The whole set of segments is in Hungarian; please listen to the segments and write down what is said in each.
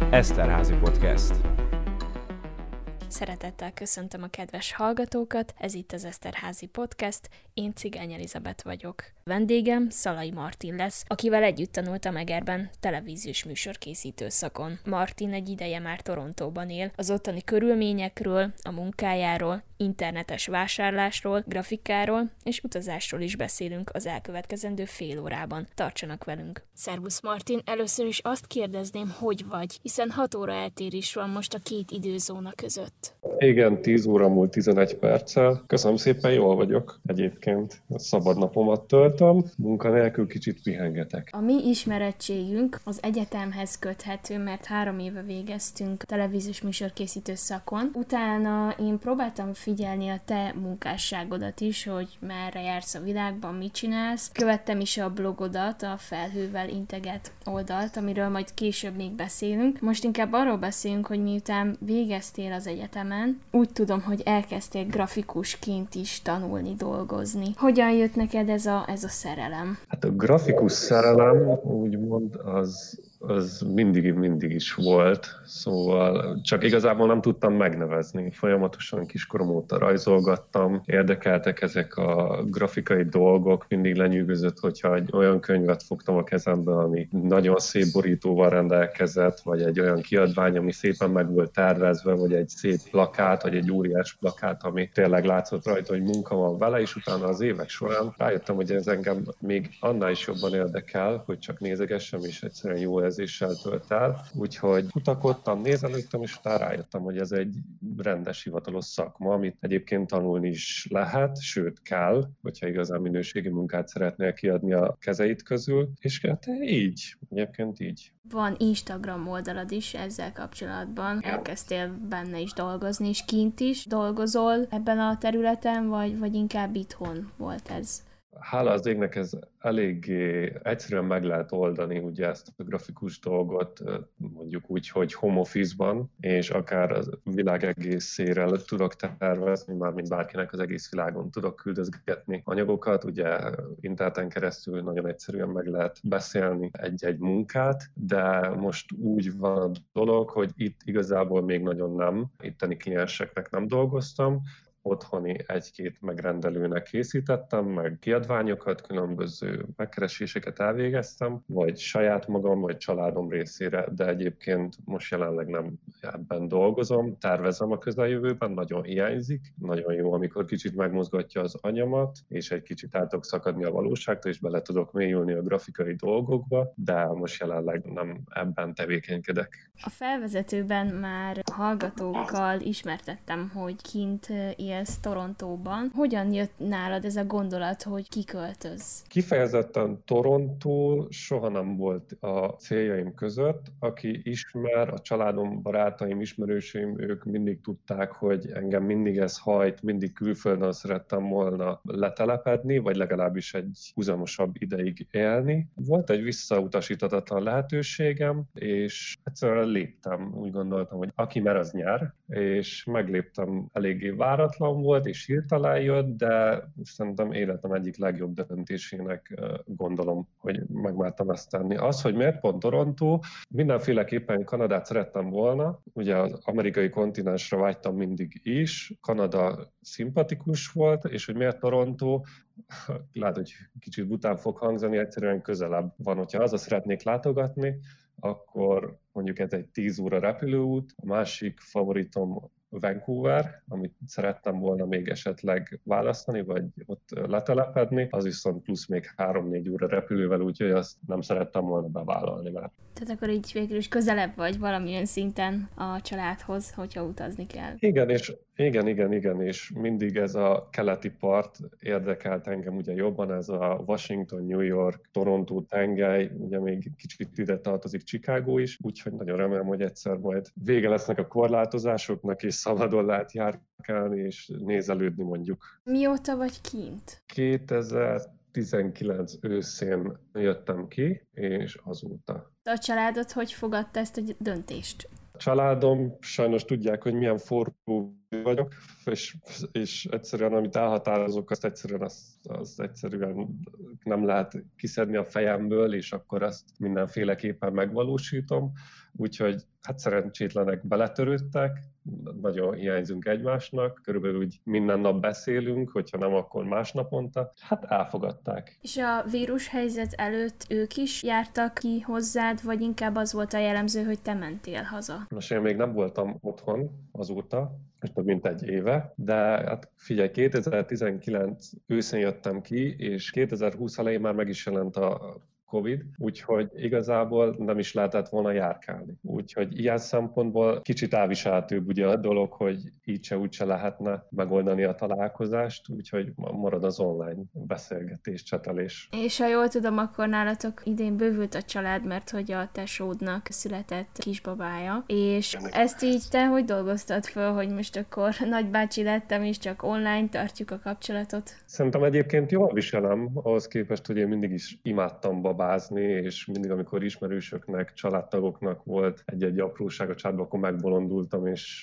Eszterházy Podcast. Szeretettel köszöntöm a kedves hallgatókat, ez itt az Eszterházy Podcast, én Cigány Elizabeth vagyok. Vendégem Szalai Martin lesz, akivel együtt tanultam Egerben televíziós műsorkészítő szakon. Martin egy ideje már Torontóban él, az ottani körülményekről, a munkájáról, internetes vásárlásról, grafikáról és utazásról is beszélünk az elkövetkezendő fél órában. Tartsanak velünk! Szervusz Martin, először is azt kérdezném, hogy vagy, hiszen 6 óra eltérés van most a két időzóna között. Igen, 10 óra múlt 11 perccel. Köszönöm szépen, jól vagyok egyébként. A szabad napomat töltöm, munkanélkül kicsit pihengetek. A mi ismerettségünk az egyetemhez köthető, mert 3 éve végeztünk televíziós műsorkészítő szakon. Utána én próbáltam figyelni a te munkásságodat is, hogy merre jársz a világban, mit csinálsz. Követtem is a blogodat, a Felhővel integet oldalt, amiről majd később még beszélünk. Most inkább arról beszélünk, hogy miután végeztél az egyetemen, úgy tudom, hogy elkezdtél grafikusként is tanulni, dolgozni. Hogyan jött neked ez a szerelem? Hát a grafikus szerelem, úgymond, az mindig is volt, szóval csak igazából nem tudtam megnevezni. Folyamatosan kiskorom óta rajzolgattam, érdekeltek ezek a grafikai dolgok, mindig lenyűgözött, hogyha egy olyan könyvet fogtam a kezembe, ami nagyon szép borítóval rendelkezett, vagy egy olyan kiadvány, ami szépen meg volt tervezve, vagy egy szép plakát, vagy egy óriás plakát, ami tényleg látszott rajta, hogy munka van vele, és utána az évek során rájöttem, hogy ez engem még annál is jobban érdekel, hogy csak nézegessem, és egyszerűen jó érzéssel tölt el. Úgyhogy kutakodtam, nézelődtem, és utána rájöttem, hogy ez egy rendes hivatalos szakma, amit egyébként tanulni is lehet, sőt kell, hogyha igazán minőségi munkát szeretnél kiadni a kezeid közül, és hát egyébként így. Van Instagram oldalad is ezzel kapcsolatban, elkezdtél benne is dolgozni, és kint is dolgozol ebben a területen, vagy inkább itthon volt ez? Hála az égnek ez eléggé egyszerűen meg lehet oldani ugye ezt a grafikus dolgot, mondjuk úgy, hogy home office-ban, és akár a világ egészére tudok tervezni, mármint bárkinek az egész világon tudok küldözgetni anyagokat, ugye interneten keresztül nagyon egyszerűen meg lehet beszélni egy munkát, de most úgy van a dolog, hogy itt igazából még nagyon nem, itteni klienseknek nem dolgoztam, otthoni 1-2 megrendelőnek készítettem, meg kiadványokat, különböző megkereséseket elvégeztem, vagy saját magam, vagy családom részére, de egyébként most jelenleg nem ebben dolgozom, tervezem a közeljövőben, nagyon hiányzik, nagyon jó, amikor kicsit megmozgatja az agyamat, és egy kicsit át tudok szakadni a valóságtól, és bele tudok mélyülni a grafikai dolgokba, de most jelenleg nem ebben tevékenykedek. A felvezetőben már hallgatókkal ismertettem, hogy kint élsz Torontóban. Hogyan jött nálad ez a gondolat, hogy kiköltöz? Kifejezetten Torontó soha nem volt a céljaim között. Aki ismer, a családom, barátaim, ismerőseim, ők mindig tudták, hogy engem mindig ez hajt, mindig külföldön szerettem volna letelepedni, vagy legalábbis egy huzamosabb ideig élni. Volt egy visszautasíthatatlan lehetőségem, és egyszerűen léptem. Úgy gondoltam, hogy aki mer, az nyer, és megléptem, eléggé váratlan volt, és hirtelen jött, de szerintem életem egyik legjobb döntésének gondolom, hogy megmártam ezt tenni. Az, hogy miért pont Torontó, mindenféleképpen Kanadát szerettem volna, ugye az amerikai kontinensre vágytam mindig is, Kanada szimpatikus volt, és hogy miért Torontó, lehet, hogy kicsit bután fog hangzani, egyszerűen közelebb van. Hogyha haza szeretnék látogatni, akkor mondjuk ez egy 10 óra repülőút, a másik favoritom Vancouver, amit szerettem volna még esetleg választani, vagy ott letelepedni, az viszont plusz még 3-4 óra repülővel, úgyhogy azt nem szerettem volna bevállalni már. Tehát akkor így végül is közelebb vagy valamilyen szinten a családhoz, hogyha utazni kell. Igen, és mindig ez a keleti part érdekelt engem ugye jobban, ez a Washington, New York, Toronto tengely, ugye még kicsit ide tartozik Chicago is, úgyhogy nagyon remélem, hogy egyszer majd vége lesznek a korlátozásoknak, és szabadon lehet járkálni, és nézelődni mondjuk. Mióta vagy kint? 2019 őszén jöttem ki, és azóta. A családod hogy fogadta ezt a döntést? A családom sajnos tudják, hogy milyen forró vagyok, és egyszerűen, amit elhatározok, azt egyszerűen nem lehet kiszedni a fejemből, és akkor azt mindenféleképpen megvalósítom. Úgyhogy hát szerencsétlenek beletörődtek, nagyon hiányzunk egymásnak, körülbelül úgy minden nap beszélünk, hogyha nem, akkor másnaponta. Hát elfogadták. És a vírushelyzet előtt ők is jártak ki hozzád, vagy inkább az volt a jellemző, hogy te mentél haza? Most én még nem voltam otthon azóta, most több mint egy éve, de hát figyelj, 2019 őszén jöttem ki, és 2020 elején már meg is jelent a Covid, úgyhogy igazából nem is lehetett volna járkálni. Úgyhogy ilyen szempontból kicsit elviselhetőbb ugye a dolog, hogy így se úgy se lehetne megoldani a találkozást, úgyhogy marad az online beszélgetés, csetelés. És ha jól tudom, akkor nálatok idén bővült a család, mert hogy a tesódnak született kisbabája, és ezt így te hogy dolgoztad föl, hogy most akkor nagybácsi lettem, és csak online tartjuk a kapcsolatot? Szerintem egyébként jól viselem, ahhoz képest, hogy én mindig is imádtam babázni, és mindig, amikor ismerősöknek, családtagoknak volt egy-egy apróság a családban, akkor megbolondultam,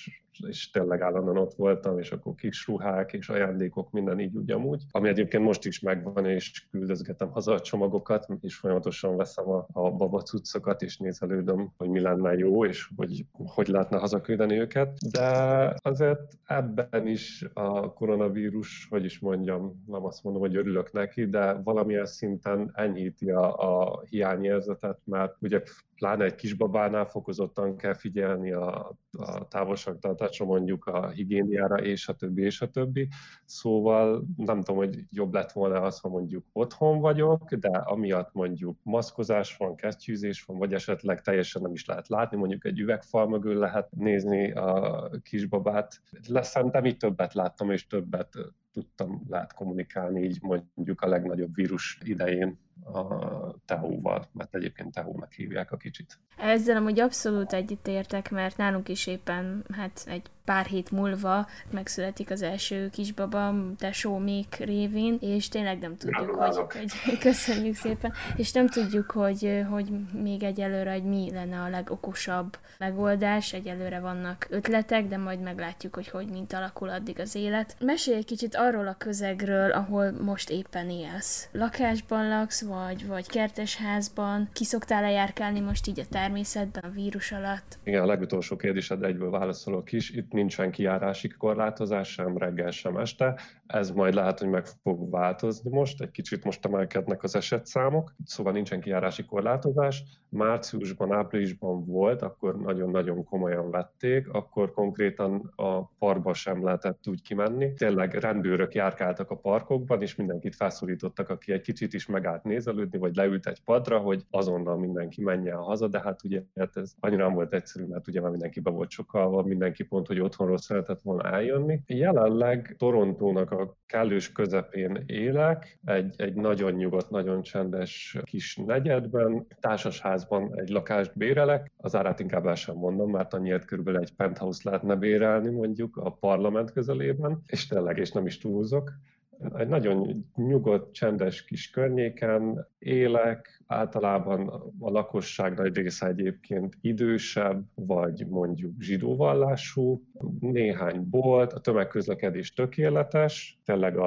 és tényleg állandóan ott voltam, és akkor kis ruhák és ajándékok, minden így ugyanúgy. Ami egyébként most is megvan, és küldözgetem haza a csomagokat, és folyamatosan veszem a babacuccokat, és nézelődöm, hogy mi lenne jó, és hogy lehetne hazaküldeni őket. De azért ebben is a koronavírus, hogy is mondjam, nem azt mondom, hogy örülök neki, de valamilyen szinten enyhíti a hiányérzetet, mert ugye pláne egy kisbabánál fokozottan kell figyelni a távolságtartásra, mondjuk a higiéniára, és a többi, és a többi. Szóval nem tudom, hogy jobb lett volna az, ha mondjuk otthon vagyok, de amiatt mondjuk maszkozás van, kesztyűzés van, vagy esetleg teljesen nem is lehet látni, mondjuk egy üvegfal mögül lehet nézni a kisbabát. Szerintem így többet láttam, és többet lehet kommunikálni így mondjuk a legnagyobb vírus idején a Tehóval, mert egyébként Tehónak hívják a kicsit. Ezzel amúgy abszolút egyetértek, mert nálunk is éppen egy pár hét múlva megszületik az első kisbaba, tesómék révén, és tényleg nem tudjuk, hogy köszönjük szépen, és nem tudjuk, hogy még egyelőre, hogy mi lenne a legokosabb megoldás, egyelőre vannak ötletek, de majd meglátjuk, hogy mint alakul addig az élet. Mesélj egy kicsit arról a közegről, ahol most éppen élsz. Lakásban laksz, vagy kertesházban? Ki szoktál járkálni most így a természetben, a vírus alatt? Igen, a legutolsó kérdésedre egyből válaszolok is. Itt nincsen kijárási korlátozás, sem reggel, sem este. Ez majd lehet, hogy meg fog változni most. Egy kicsit most emelkednek az esetszámok, szóval nincsen kijárási korlátozás. Márciusban, áprilisban volt, akkor nagyon-nagyon komolyan vették, akkor konkrétan a parkba sem lehetett úgy kimenni. Tényleg rendőrök járkáltak a parkokban, és mindenkit felszólítottak, aki egy kicsit is megállt nézelődni, vagy leült egy padra, hogy azonnal mindenki menjen haza, de hát ugye ez annyira nem volt egyszerű, mert ugye már mindenki be volt sokalva, mindenki pont, hogy otthonról szeretett volna eljönni. Jelenleg Torontónak a kellős közepén élek, egy nagyon nyugodt, nagyon csendes kis negyedben, társasházban egy lakást bérelek, az árát inkább el sem mondom, mert annyiért körülbelül egy penthouse lehetne bérelni mondjuk a parlament közelében, és tényleg, és nem is túlzok. Egy nagyon nyugodt, csendes kis környéken élek, általában a lakosság nagy része egyébként idősebb, vagy mondjuk zsidó vallású, néhány bolt, a tömegközlekedés tökéletes, tényleg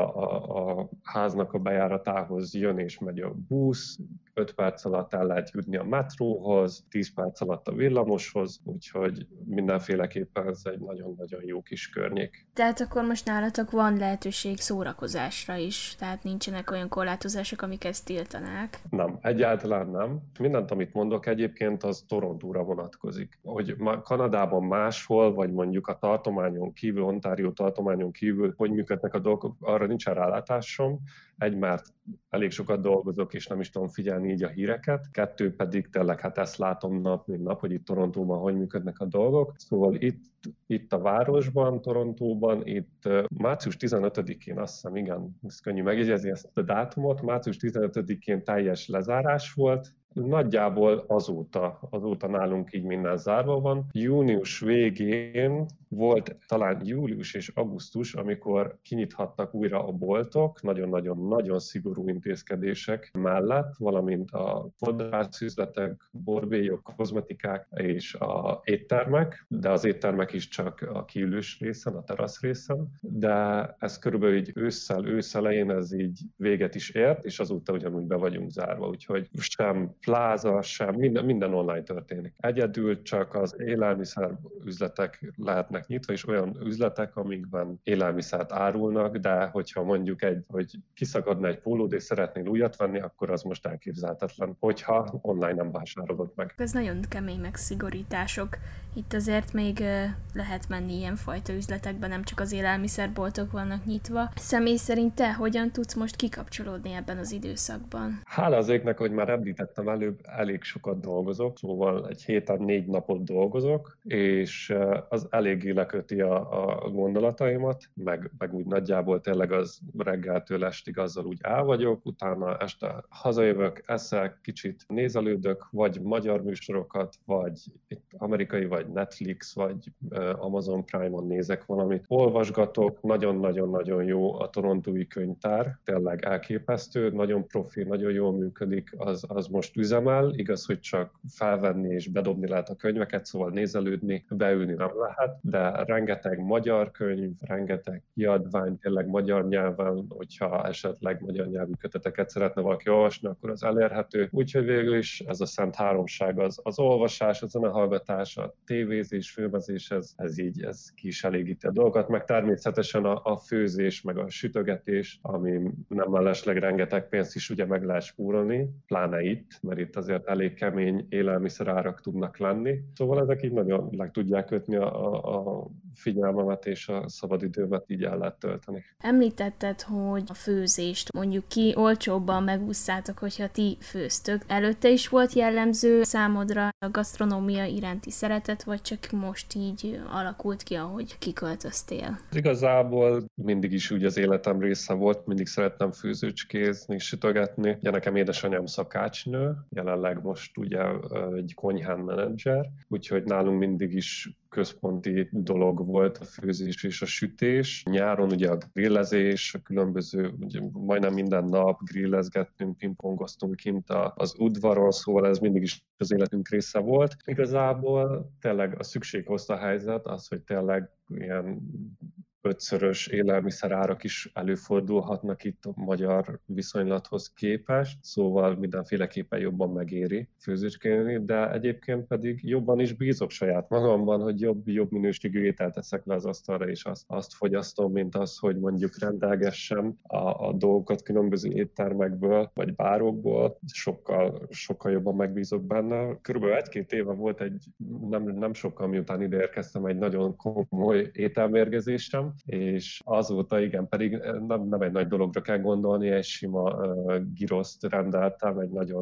a háznak a bejáratához jön és megy a busz, 5 perc alatt el lehet jutni a metróhoz, 10 perc alatt a villamoshoz, úgyhogy mindenféleképpen ez egy nagyon-nagyon jó kis környék. Tehát akkor most nálatok van lehetőség szórakozásra is, tehát nincsenek olyan korlátozások, amik ezt tiltanák? Nem, egyáltalán nem. Mindent, amit mondok egyébként, az Torontóra vonatkozik. Hogy Kanadában máshol, vagy mondjuk a tartományon kívül, Ontario tartományon kívül, hogy működnek a dolgok, arra nincsen rálátásom. Mert elég sokat dolgozok, és nem is tudom figyelni így a híreket. 2 pedig tényleg ezt látom nap, mint nap, hogy itt Torontóban hogy működnek a dolgok. Szóval itt a városban, Torontóban, itt március 15-én, azt hiszem, igen, ez könnyű megjegyezni ezt a dátumot, március 15-én teljes lezárás volt, Nagyjából azóta nálunk így minden zárva van. Június végén volt talán július és augusztus, amikor kinyithattak újra a boltok, nagyon-nagyon-nagyon szigorú intézkedések mellett, valamint a fodrászüzletek, borbélyok, kozmetikák és a éttermek, de az éttermek is csak a kiülős részen, a terasz részen, de ez körülbelül így ősz elején ez így véget is ért, és azóta ugyanúgy be vagyunk zárva, úgyhogy sem pláza, sem minden online történik. Egyedül csak az élelmiszer üzletek lehetnek nyitva, és olyan üzletek, amikben élelmiszert árulnak, de hogyha mondjuk hogy kiszakadna egy pólód, és szeretnél újat venni, akkor az most elképzelhetetlen, hogyha online nem vásárolod meg. Ez nagyon kemény megszigorítások. Itt azért még lehet menni ilyenfajta üzletekbe, nem csak az élelmiszerboltok vannak nyitva. Személy szerint te hogyan tudsz most kikapcsolódni ebben az időszakban? Hála az égnek, hogy már említettem előbb, elég sokat dolgozok, szóval egy héten 4 napot dolgozok, és az eléggé leköti a gondolataimat, meg úgy nagyjából tényleg az reggeltől estig azzal úgy el vagyok, utána este hazajövök, eszek, kicsit nézelődök, vagy magyar műsorokat, vagy itt amerikai, vagy Netflix, vagy Amazon Prime-on nézek valamit. Olvasgatok, nagyon-nagyon-nagyon jó a torontói könyvtár, tényleg elképesztő, nagyon profi, nagyon jól működik, az most üzemel, igaz, hogy csak felvenni és bedobni lehet a könyveket, szóval nézelődni, beülni nem lehet, de rengeteg magyar könyv, rengeteg kiadvány, tényleg magyar nyelven, hogyha esetleg magyar nyelvű köteteket szeretne valaki olvasni, akkor az elérhető. Úgyhogy végül is ez a szent háromság, az olvasás, a zenehallgatás, a tévézés, filmezés, ez ki is elégíti a dolgokat, meg természetesen a főzés, meg a sütögetés, ami nem mellesleg rengeteg pénzt is ugye meg lehet spórolni, pláne itt, mert itt azért elég kemény élelmiszerárak tudnak lenni. Szóval ezek így nagyon le tudják kötni a figyelmemet és a szabadidőmet így el lehet tölteni. Említetted, hogy a főzést mondjuk ki olcsóbban megúszszátok, hogyha ti főztök. Előtte is volt jellemző számodra a gasztronómia iránti szeretet, vagy csak most így alakult ki, ahogy kiköltöztél? Igazából mindig is úgy az életem része volt, mindig szerettem főzőcskézni, sütögetni. Ugye nekem édesanyám szakácsnő, jelenleg most ugye egy konyhán menedzser, úgyhogy nálunk mindig is központi dolog volt a főzés és a sütés. Nyáron ugye a grillezés, a különböző, ugye majdnem minden nap grillezgettünk, pingpongoztunk kint az udvaron, szóval ez mindig is az életünk része volt. Igazából tényleg a szükség hozta a helyzet, az, hogy tényleg ilyen 5-szörös élelmiszerárak is előfordulhatnak itt a magyar viszonylathoz képest, szóval mindenféleképpen jobban megéri főzőcskézni, de egyébként pedig jobban is bízok saját magamban, hogy jobb minőségű ételt teszek le az asztalra, és azt fogyasztom, mint az, hogy mondjuk rendelgessem a dolgokat különböző éttermekből, vagy bárokból, sokkal jobban megbízok benne. Körülbelül 1-2 éve volt nem sokkal miután ide érkeztem, egy nagyon komoly ételmérgezésem, és azóta igen, pedig nem egy nagy dologra kell gondolni, egy sima giroszt rendeltem,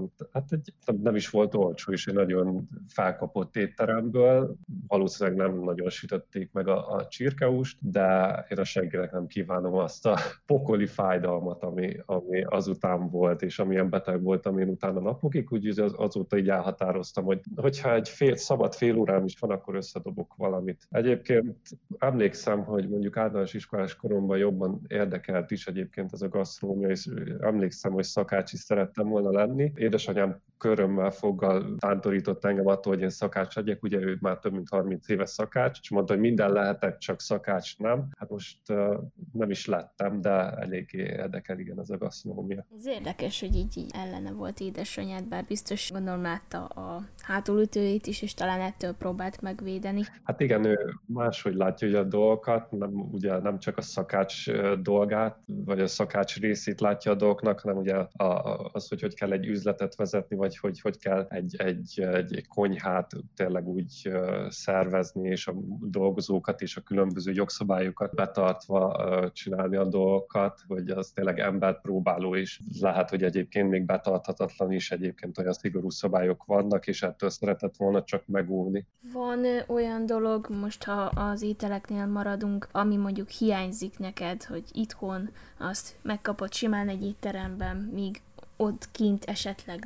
nem is volt olcsó, és egy nagyon felkapott étteremből. Valószínűleg nem nagyon sütötték meg a csirkehúst, de én a senkinek nem kívánom azt a pokoli fájdalmat, ami azután volt, és amilyen beteg voltam én utána napokig, úgyhogy azóta így elhatároztam, hogy hogyha egy szabad fél órám is van, akkor összedobok valamit. Egyébként emlékszem, hogy mondjuk általános iskolás koromban jobban érdekelt is egyébként ez a gasztronómia, és emlékszem, hogy szakács is szerettem volna lenni. Édesanyám körömmel foggal tántorított engem attól, hogy én szakács legyek, ugye ő már több mint 30 éves szakács, és mondta, hogy minden lehetek, csak szakács nem. Hát most nem is lettem, de eléggé érdekel igen ez a gasztronómia. Ez érdekes, hogy így ellene volt édesanyád, bár biztos gondolom látta a hátulütőit is, és talán ettől próbált megvédeni. Hát igen, ő máshogy látja ugye a dolgokat, nem csak a szakács dolgát, vagy a szakács részét látja a dolgoknak, hanem ugye az, hogy kell egy üzletet vezetni, vagy hogy kell egy konyhát tényleg úgy szervezni, és a dolgozókat és a különböző jogszabályokat betartva csinálni a dolgokat, hogy az tényleg embert próbáló is. Lehet, hogy egyébként még betarthatatlan is, egyébként olyan szigorú szabályok vannak, és ettől szeretett volna csak megóvni. Van olyan dolog, most ha az ételeknél maradunk, ami mondjuk hiányzik neked, hogy itthon azt megkapod simán egy étteremben, míg ott kint esetleg nem?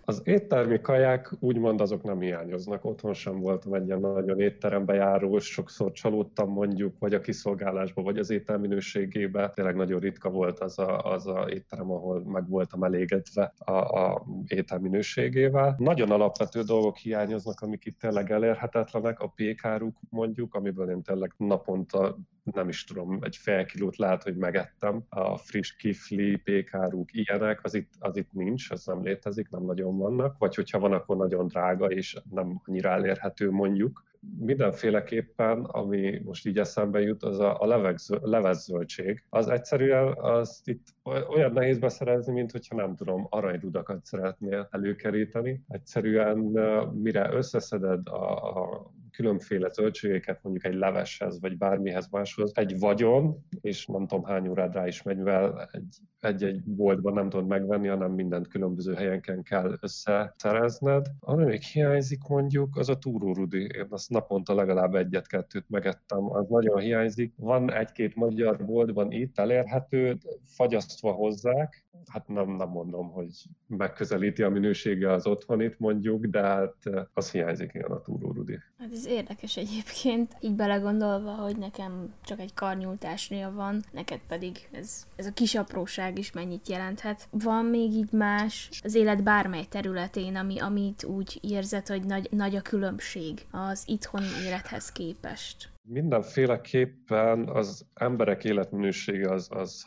Az éttermi kaják úgymond azok nem hiányoznak. Otthon sem voltam egy ilyen nagyon étterembe járós, sokszor csalódtam mondjuk, vagy a kiszolgálásba, vagy az étel minőségébe. Tényleg nagyon ritka volt az a étterem, ahol meg voltam elégedve a étel minőségével. Nagyon alapvető dolgok hiányoznak, amik itt tényleg elérhetetlenek, a pékáruk mondjuk, amiből én tényleg naponta nem is tudom, egy fél kilót lehet, hogy megettem. A friss kifli, pékáruk, ilyenek, az itt nincs, ez nem létezik, nem nagyon vannak. Vagy hogyha van, akkor nagyon drága, és nem annyira elérhető mondjuk. Mindenféleképpen, ami most így eszembe jut, az a levezzöldség. Az egyszerűen azt itt olyan nehéz beszerezni, mint hogyha nem tudom, aranyrudakat szeretnél előkeríteni. Egyszerűen mire összeszeded a különféle zöldségeket mondjuk egy leveshez, vagy bármihez máshoz, egy vagyon, és nem tudom hány órád rá is megy, mivel egy boltban nem tudod megvenni, hanem mindent különböző helyenken kell összeszerezned. Ami még hiányzik mondjuk, az a túrórudi. Én azt naponta legalább egyet-kettőt megettem, az nagyon hiányzik. Van egy-két magyar boltban itt elérhető, fagyasztva hozzák. Hát nem mondom, hogy megközelíti a minősége az otthonit mondjuk, de hát az hiányzik, igen, a túrórudi. Hát ez érdekes egyébként, így belegondolva, hogy nekem csak egy karnyújtásnél van, neked pedig ez a kis apróság is mennyit jelenthet. Van még így más az élet bármely területén, amit úgy érzed, hogy nagy a különbség az itthoni élethez képest? Mindenféleképpen az emberek életminősége az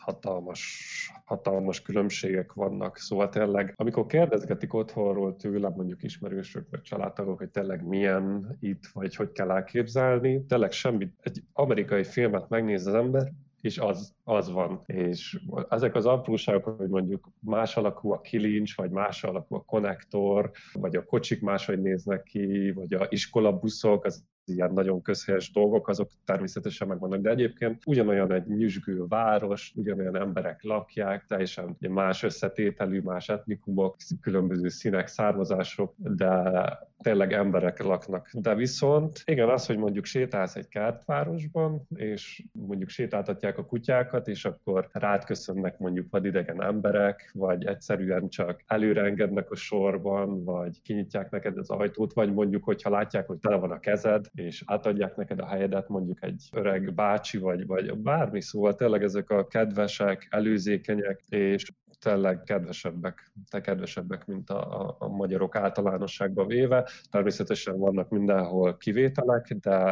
hatalmas különbségek vannak. Szóval tényleg, amikor kérdezgetik otthonról tőlem, mondjuk ismerősök vagy családtagok, hogy tényleg milyen itt, vagy hogy kell elképzelni, tényleg semmit, egy amerikai filmet megnéz az ember, és az van. És ezek az apróságok, hogy mondjuk más alakú a kilincs, vagy más alakú a konnektor, vagy a kocsik máshogy néznek ki, vagy a iskolabuszok, az ilyen nagyon közhelyes dolgok, azok természetesen megvannak, de egyébként ugyanolyan egy nyüzsgő város, ugyanolyan emberek lakják, teljesen más összetételű, más etnikumok, különböző színek, származások, de tényleg emberek laknak. De viszont igen, az, hogy mondjuk sétálsz egy kertvárosban, és mondjuk sétáltatják a kutyákat, és akkor rád köszönnek mondjuk vadidegen emberek, vagy egyszerűen csak előreengednek a sorban, vagy kinyitják neked az ajtót, vagy mondjuk, hogyha látják, hogy tele van a kezed, és átadják neked a helyedet mondjuk egy öreg bácsi, vagy bármi, szóval tényleg ezek a kedvesek, előzékenyek, és tényleg kedvesebbek, mint a magyarok általánosságban véve. Természetesen vannak mindenhol kivételek,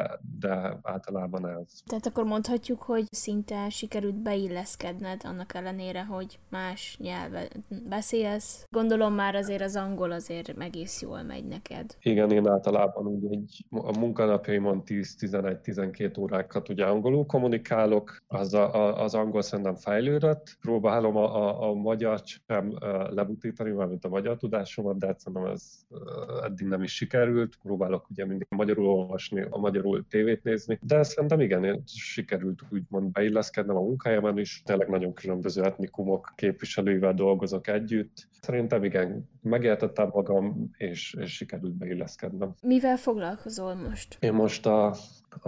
de általában ez. Tehát akkor mondhatjuk, hogy szinte sikerült beilleszkedned annak ellenére, hogy más nyelvet beszélsz. Gondolom már azért az angol azért egész jól megy neked. Igen, én általában ugye a munkanapjaimon 10-11-12 órákat ugye angolul kommunikálok, az angol szerintem fejlődött. Próbálom a magyar sem lebutítani, mármint a magyar tudásomat, de szerintem ez eddig nem is sikerült. Próbálok ugye mindig magyarul olvasni, a magyarul tévét nézni, de szerintem igen, sikerült úgymond beilleszkednem a munkájában is. Tényleg nagyon különböző etnikumok képviselőivel dolgozok együtt. Szerintem igen, megértettem magam, és sikerült beilleszkednem. Mivel foglalkozol most? Én most a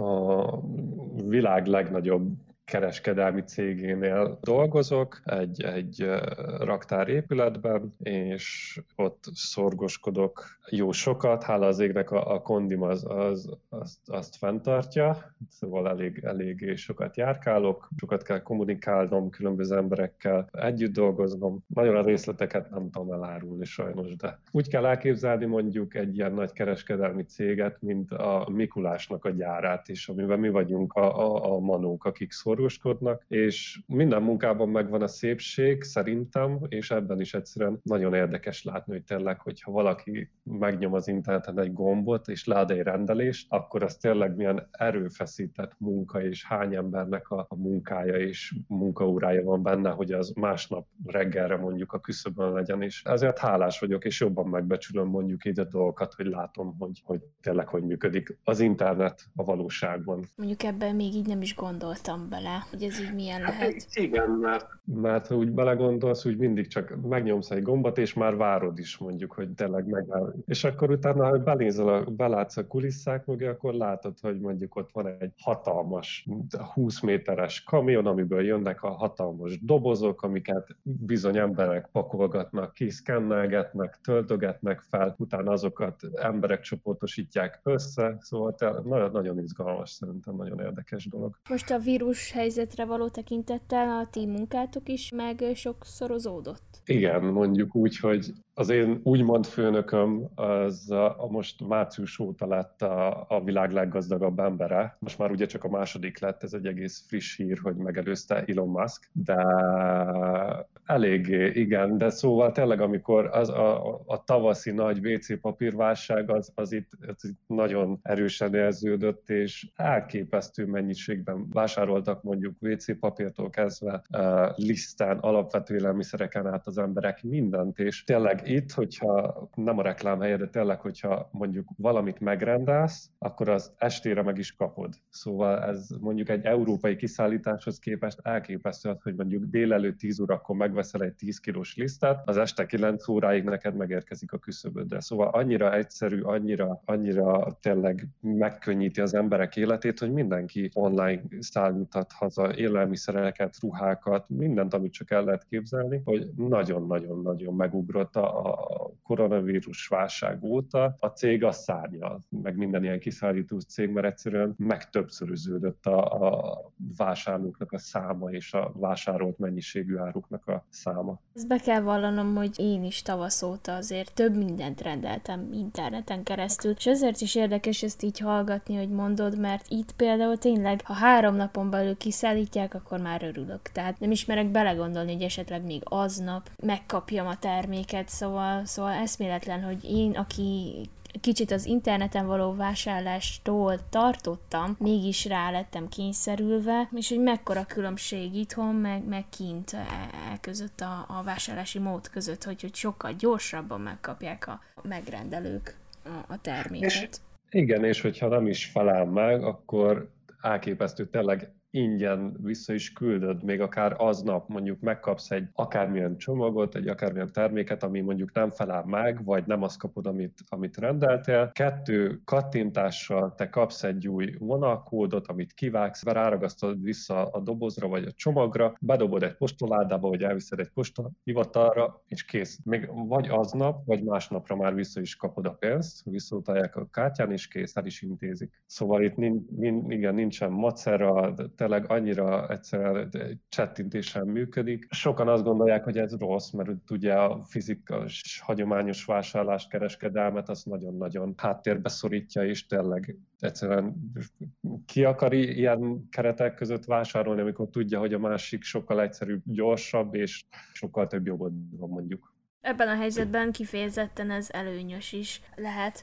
világ legnagyobb kereskedelmi cégénél dolgozok, egy raktárépületben, és ott szorgoskodok jó sokat. Hála az égnek a kondim azt fenntartja, szóval elég sokat járkálok, sokat kell kommunikálnom, különböző emberekkel együtt dolgoznom. Nagyon a részleteket nem tudom elárulni sajnos, de úgy kell elképzelni mondjuk egy ilyen nagy kereskedelmi céget, mint a Mikulásnak a gyárát is, amiben mi vagyunk a manók, akik szorgoskodnak, és minden munkában megvan a szépség szerintem, és ebben is egyszerűen nagyon érdekes látni, hogy tényleg, hogyha valaki megnyom az interneten egy gombot, és lead egy rendelést, akkor az tényleg milyen erőfeszített munka, és hány embernek a munkája és munkaórája van benne, hogy az másnap reggelre mondjuk a küszöbön legyen, és ezért hálás vagyok, és jobban megbecsülöm mondjuk így a dolgokat, hogy látom, hogy tényleg hogy működik az internet a valóságban. Mondjuk ebben még így nem is gondoltam bele. rá, hogy ez így milyen lehet. Igen, mert ha úgy belegondolsz, úgy mindig csak megnyomsz egy gombot, és már várod is mondjuk, hogy tényleg megáll. És akkor utána, ha belátsz a kulisszák mögé, akkor látod, hogy mondjuk ott van egy hatalmas 20 méteres kamion, amiből jönnek a hatalmas dobozok, amiket bizony emberek pakolgatnak ki, szkennelgetnek, töltögetnek fel, utána azokat emberek csoportosítják össze, szóval nagyon izgalmas, szerintem nagyon érdekes dolog. Most a vírus helyzetre való tekintettel a ti munkátok is meg sokszorozódott? Igen, mondjuk úgy, hogy az én úgymond főnököm az most március óta lett a világ leggazdagabb embere. Most már ugye csak a második lett, ez egy egész friss hír, hogy megelőzte Elon Musk, de eléggé, igen, de szóval tényleg amikor a tavaszi nagy WC papírválság az itt nagyon erősen érződött, és elképesztő mennyiségben vásároltak mondjuk WC papírtól kezdve lisztán, alapvető élelmiszereken át az emberek mindent, és tényleg itt, hogyha nem a reklám helye, de tényleg, hogyha mondjuk valamit megrendelsz, akkor az estére meg is kapod. Szóval ez mondjuk egy európai kiszállításhoz képest elképesztő, hogy mondjuk délelőtt 10 órakor megveszel egy 10 kilós lisztet, az este 9 óráig neked megérkezik a küszöbödre. Szóval annyira egyszerű, annyira tényleg megkönnyíti az emberek életét, hogy mindenki online szállíthat haza élelmiszereket, ruhákat, mindent, amit csak el lehet képzelni, hogy nagyon-nagyon-nagyon megugrott a koronavírus válság óta. A cég az szárnyal, meg minden ilyen kiszállító cég, mert egyszerűen megtöbbszöröződött a vásárlóknak a száma és a vásárolt mennyiségű áruknak a száma. Ezt be kell vallanom, hogy én is tavasz óta azért több mindent rendeltem interneten keresztül, és ezért is érdekes ezt így hallgatni, hogy mondod, mert itt például tényleg, ha 3 napon belül kiszállítják, akkor már örülök. Tehát nem ismerek belegondolni, hogy esetleg még aznap megkapjam a terméket, szóval eszméletlen, hogy én, aki kicsit az interneten való vásárlástól tartottam, mégis rá lettem kényszerülve, és hogy mekkora különbség itthon, meg kint között a vásárlási mód között, hogy sokkal gyorsabban megkapják a megrendelők a terméket. Igen, és hogyha nem is felel meg, akkor elképesztő tényleg ingyen vissza is küldöd, még akár aznap mondjuk megkapsz egy akármilyen csomagot, egy akármilyen terméket, ami mondjuk nem felel meg, vagy nem azt kapod, amit rendeltél. 2 kattintással te kapsz egy új vonalkódot, amit kivágsz, ráragasztod vissza a dobozra vagy a csomagra, bedobod egy postaládába, vagy elviszed egy postahivatalra, és kész. Még vagy aznap, vagy másnapra már vissza is kapod a pénzt, visszautalják a kártyán, és kész, el is intézik. Szóval itt nincsen macera, tényleg annyira egyszerűen csettintéssel működik. Sokan azt gondolják, hogy ez rossz, mert ugye a fizikai hagyományos vásárlás, kereskedelmet az nagyon-nagyon háttérbe szorítja, és tényleg egyszerűen ki akar ilyen keretek között vásárolni, amikor tudja, hogy a másik sokkal egyszerűbb, gyorsabb, és sokkal több jogod van mondjuk. Ebben a helyzetben kifejezetten ez előnyös is lehet.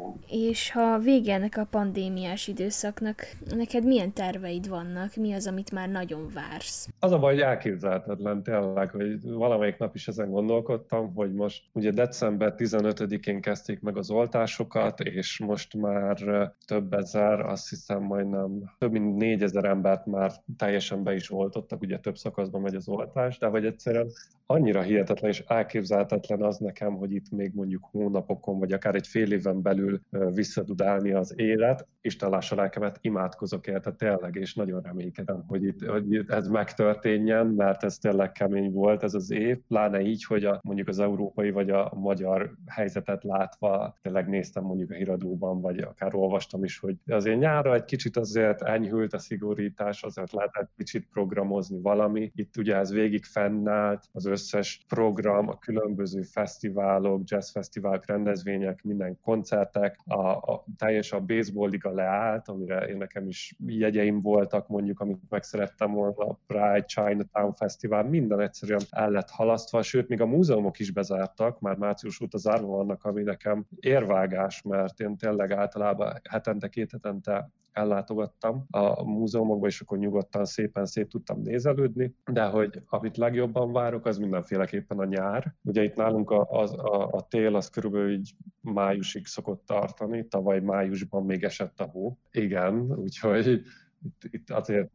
És ha vége ennek a pandémiás időszaknak, neked milyen terveid vannak? Mi az, amit már nagyon vársz? Az a baj, hogy elképzelhetetlen tényleg, hogy valamelyik nap is ezen gondolkodtam, hogy most ugye december 15-én kezdték meg az oltásokat, és most már több ezer, azt hiszem majdnem több mint 4000 embert már teljesen be is oltottak, ugye több szakaszban megy az oltás, de hogy egyszerűen annyira hihetetlen és elképzelhetetlen az nekem, hogy itt még mondjuk hónapokon, vagy akár egy fél éven belül vissza tud állni az élet. Isten lássa lelkemet, imádkozok érte tényleg, és nagyon reménykedem, hogy ez megtörténjen, mert ez tényleg kemény volt ez az év, pláne így, hogy mondjuk az európai vagy a magyar helyzetet látva tényleg néztem mondjuk a híradóban, vagy akár olvastam is, hogy azért nyárra egy kicsit azért enyhült a szigorítás, azért lehetett kicsit programozni valami. Itt ugye ez végig fennállt, az összes program, a különböző fesztiválok, jazzfesztiválok, rendezvények, minden koncertek, teljes a baseball liga leállt, amire én nekem is jegyeim voltak, mondjuk, amit meg szerettem volna, a Pride, Chinatown Fesztivál, minden egyszerűen el lett halasztva, sőt, még a múzeumok is bezártak, már március óta zárva vannak, ami nekem érvágás, mert én tényleg általában hetente, 2 hetente ellátogattam a múzeumokba, és akkor nyugodtan szépen szét tudtam nézelődni, de hogy amit legjobban várok, az mindenféleképpen a nyár. Ugye itt nálunk a tél az körülbelül így májusig szokott tartani, tavaly májusban még esett a hó. Igen, úgyhogy itt azért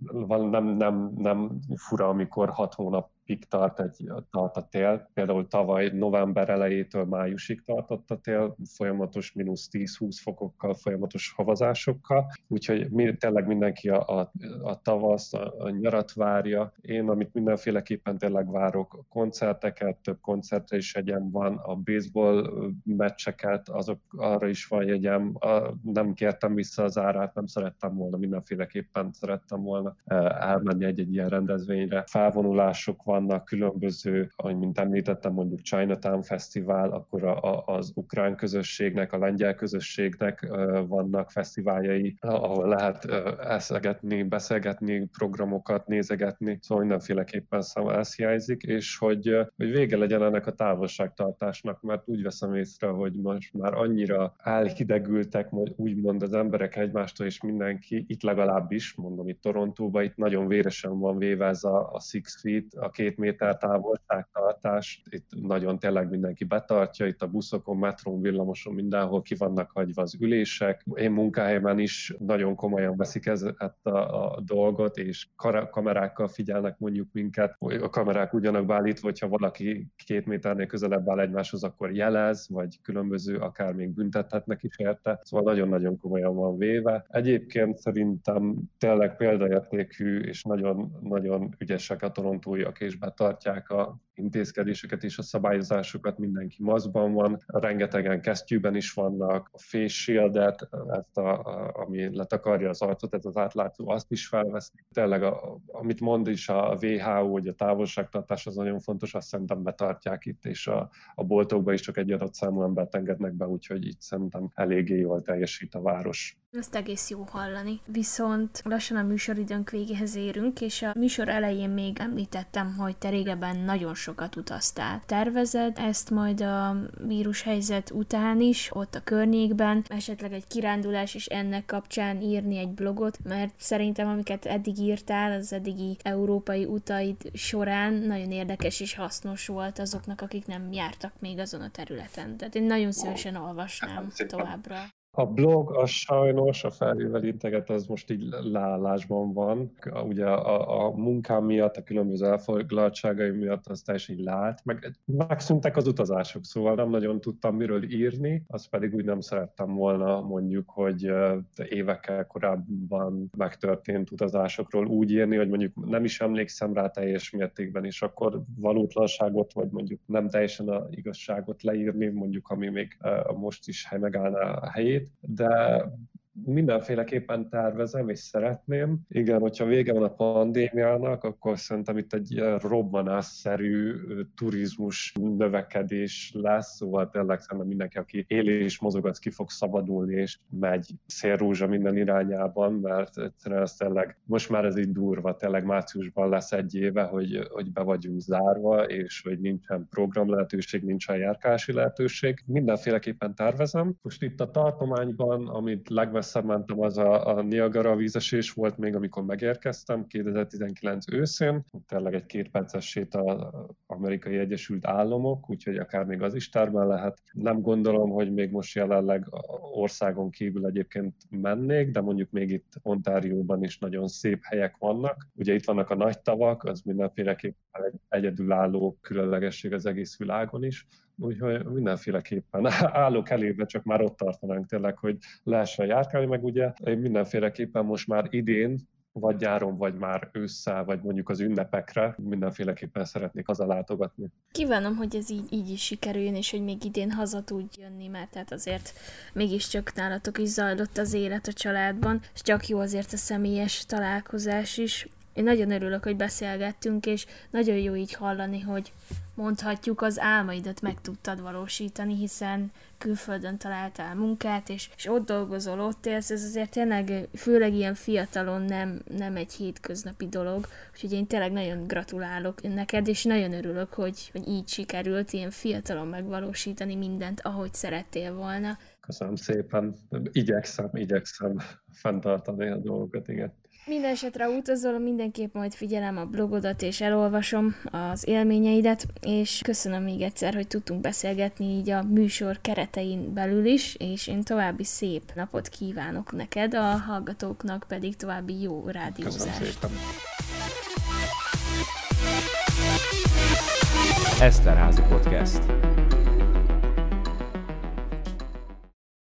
nem fura, amikor 6 hónapig tart a tél. Például tavaly november elejétől májusig tartott a tél, folyamatos mínusz 10-20 fokokkal, folyamatos havazásokkal. Úgyhogy tényleg mindenki a tavaszt, a nyarat várja. Én, amit mindenféleképpen tényleg várok, a koncerteket, több koncertre is jegyem van, a baseball meccseket, arra is van jegyem. Nem kértem vissza az árát, nem szerettem volna, mindenféleképpen szerettem volna elmenni egy ilyen rendezvényre. Felvonulások vannak különböző, ahogy mint említettem, mondjuk Chinatown Fesztivál, akkor az ukrán közösségnek, a lengyel közösségnek vannak fesztiváljai, ahol lehet eszegetni, beszélgetni, programokat nézegetni, szóval mindenféleképpen ez hiányzik, és hogy vége legyen ennek a távolságtartásnak, mert úgy veszem észre, hogy most már annyira elhidegültek, úgymond az emberek egymástól, és mindenki, itt legalábbis, mondom itt Torontóban, itt nagyon véresen van véve ez a 6 feet, a 2 méter távolságtartás, itt nagyon tényleg mindenki betartja, itt a buszokon, metrón, villamoson, mindenhol ki vannak hagyva az ülések. Én munkahelyemen is nagyon komolyan veszik ezt a dolgot, és kamerákkal figyelnek mondjuk minket. A kamerák ugyanak beállítva, hogyha valaki 2 méternél közelebb áll egymáshoz, akkor jelez, vagy különböző, akár még büntethetnek is érte. Szóval nagyon-nagyon komolyan van véve. Egyébként szerintem tényleg példaértékű, és nagyon ügyesek a torontóiak, és betartják a intézkedéseket és a szabályozásokat, mindenki maszkban van, rengetegen kesztyűben is vannak, a face shieldet, ami letakarja az arcot, ez az átlátszó, azt is felveszik. Tényleg, amit mond is a WHO, hogy a távolságtartás az nagyon fontos, azt szerintem betartják itt, és a boltokban is csak egy adott számú embert engednek be, úgyhogy itt szerintem eléggé jól teljesít a város. Ezt egész jó hallani. Viszont lassan a műsoridőnk végéhez érünk, és a műsor elején még említettem, hogy te régebben nagyon sokat utaztál. Tervezed ezt majd a vírushelyzet után is, ott a környékben, esetleg egy kirándulás is ennek kapcsán írni egy blogot, mert szerintem amiket eddig írtál, az eddigi európai utaid során nagyon érdekes és hasznos volt azoknak, akik nem jártak még azon a területen. Tehát én nagyon szívesen olvasnám továbbra. A blog, az sajnos, a felhővel integet, az most így leállásban van. Ugye a munkám miatt, a különböző elfoglaltságai miatt az teljesen így leállt, megszűntek az utazások, szóval nem nagyon tudtam miről írni, azt pedig úgy nem szerettem volna mondjuk, hogy évekkel korábban megtörtént utazásokról úgy írni, hogy mondjuk nem is emlékszem rá teljes mértékben, és akkor valótlanságot, vagy mondjuk nem teljesen az igazságot leírni, mondjuk ami még most is megállná a helyét. De mindenféleképpen tervezem, és szeretném. Igen, hogyha vége van a pandémiának, akkor szerintem itt egy robbanásszerű turizmus növekedés lesz, szóval tényleg szerintem mindenki, aki él és mozog, az ki fog szabadulni, és megy szélrózsa minden irányában, mert egyszerűen ez tényleg, most már ez így durva, tényleg márciusban lesz 1 éve, hogy be vagyunk zárva, és hogy nincsen program lehetőség, nincsen járkási lehetőség. Mindenféleképpen tervezem. Most itt a tartományban, amit legmesszebb mentem, az a Niagara vízesés volt még, amikor megérkeztem 2019 őszén. Tényleg egy 2 perces séta az Amerikai Egyesült Államok, úgyhogy akár még az is termen lehet. Nem gondolom, hogy még most jelenleg országon kívül egyébként mennék, de mondjuk még itt Ontárióban is nagyon szép helyek vannak. Ugye itt vannak a nagy tavak, az mindenféleképpen egy egyedülálló különlegesség az egész világon is. Úgyhogy mindenféleképpen állok elébe, csak már ott tartanánk tényleg, hogy lehessen járkálni, meg ugye én mindenféleképpen most már idén, vagy nyáron, vagy már ősszel, vagy mondjuk az ünnepekre mindenféleképpen szeretnék hazalátogatni. Kívánom, hogy ez így is sikerüljön, és hogy még idén haza tudj jönni, mert tehát azért mégiscsak nálatok is zajlott az élet a családban, és csak jó azért a személyes találkozás is. Én nagyon örülök, hogy beszélgettünk, és nagyon jó így hallani, hogy mondhatjuk, az álmaidat meg tudtad valósítani, hiszen külföldön találtál munkát, és ott dolgozol, ott élsz, ez azért tényleg, főleg ilyen fiatalon nem egy hétköznapi dolog, úgyhogy én tényleg nagyon gratulálok neked, és nagyon örülök, hogy így sikerült ilyen fiatalon megvalósítani mindent, ahogy szerettél volna. Köszönöm szépen. Igyekszem fenntartani a dolgokat, igen. Minden esetre utazol, mindenképp majd figyelem a blogodat, és elolvasom az élményeidet, és köszönöm még egyszer, hogy tudtunk beszélgetni így a műsor keretein belül is, és én további szép napot kívánok neked, a hallgatóknak pedig további jó rádiózást. Köszönöm szépen. Eszterházy Podcast.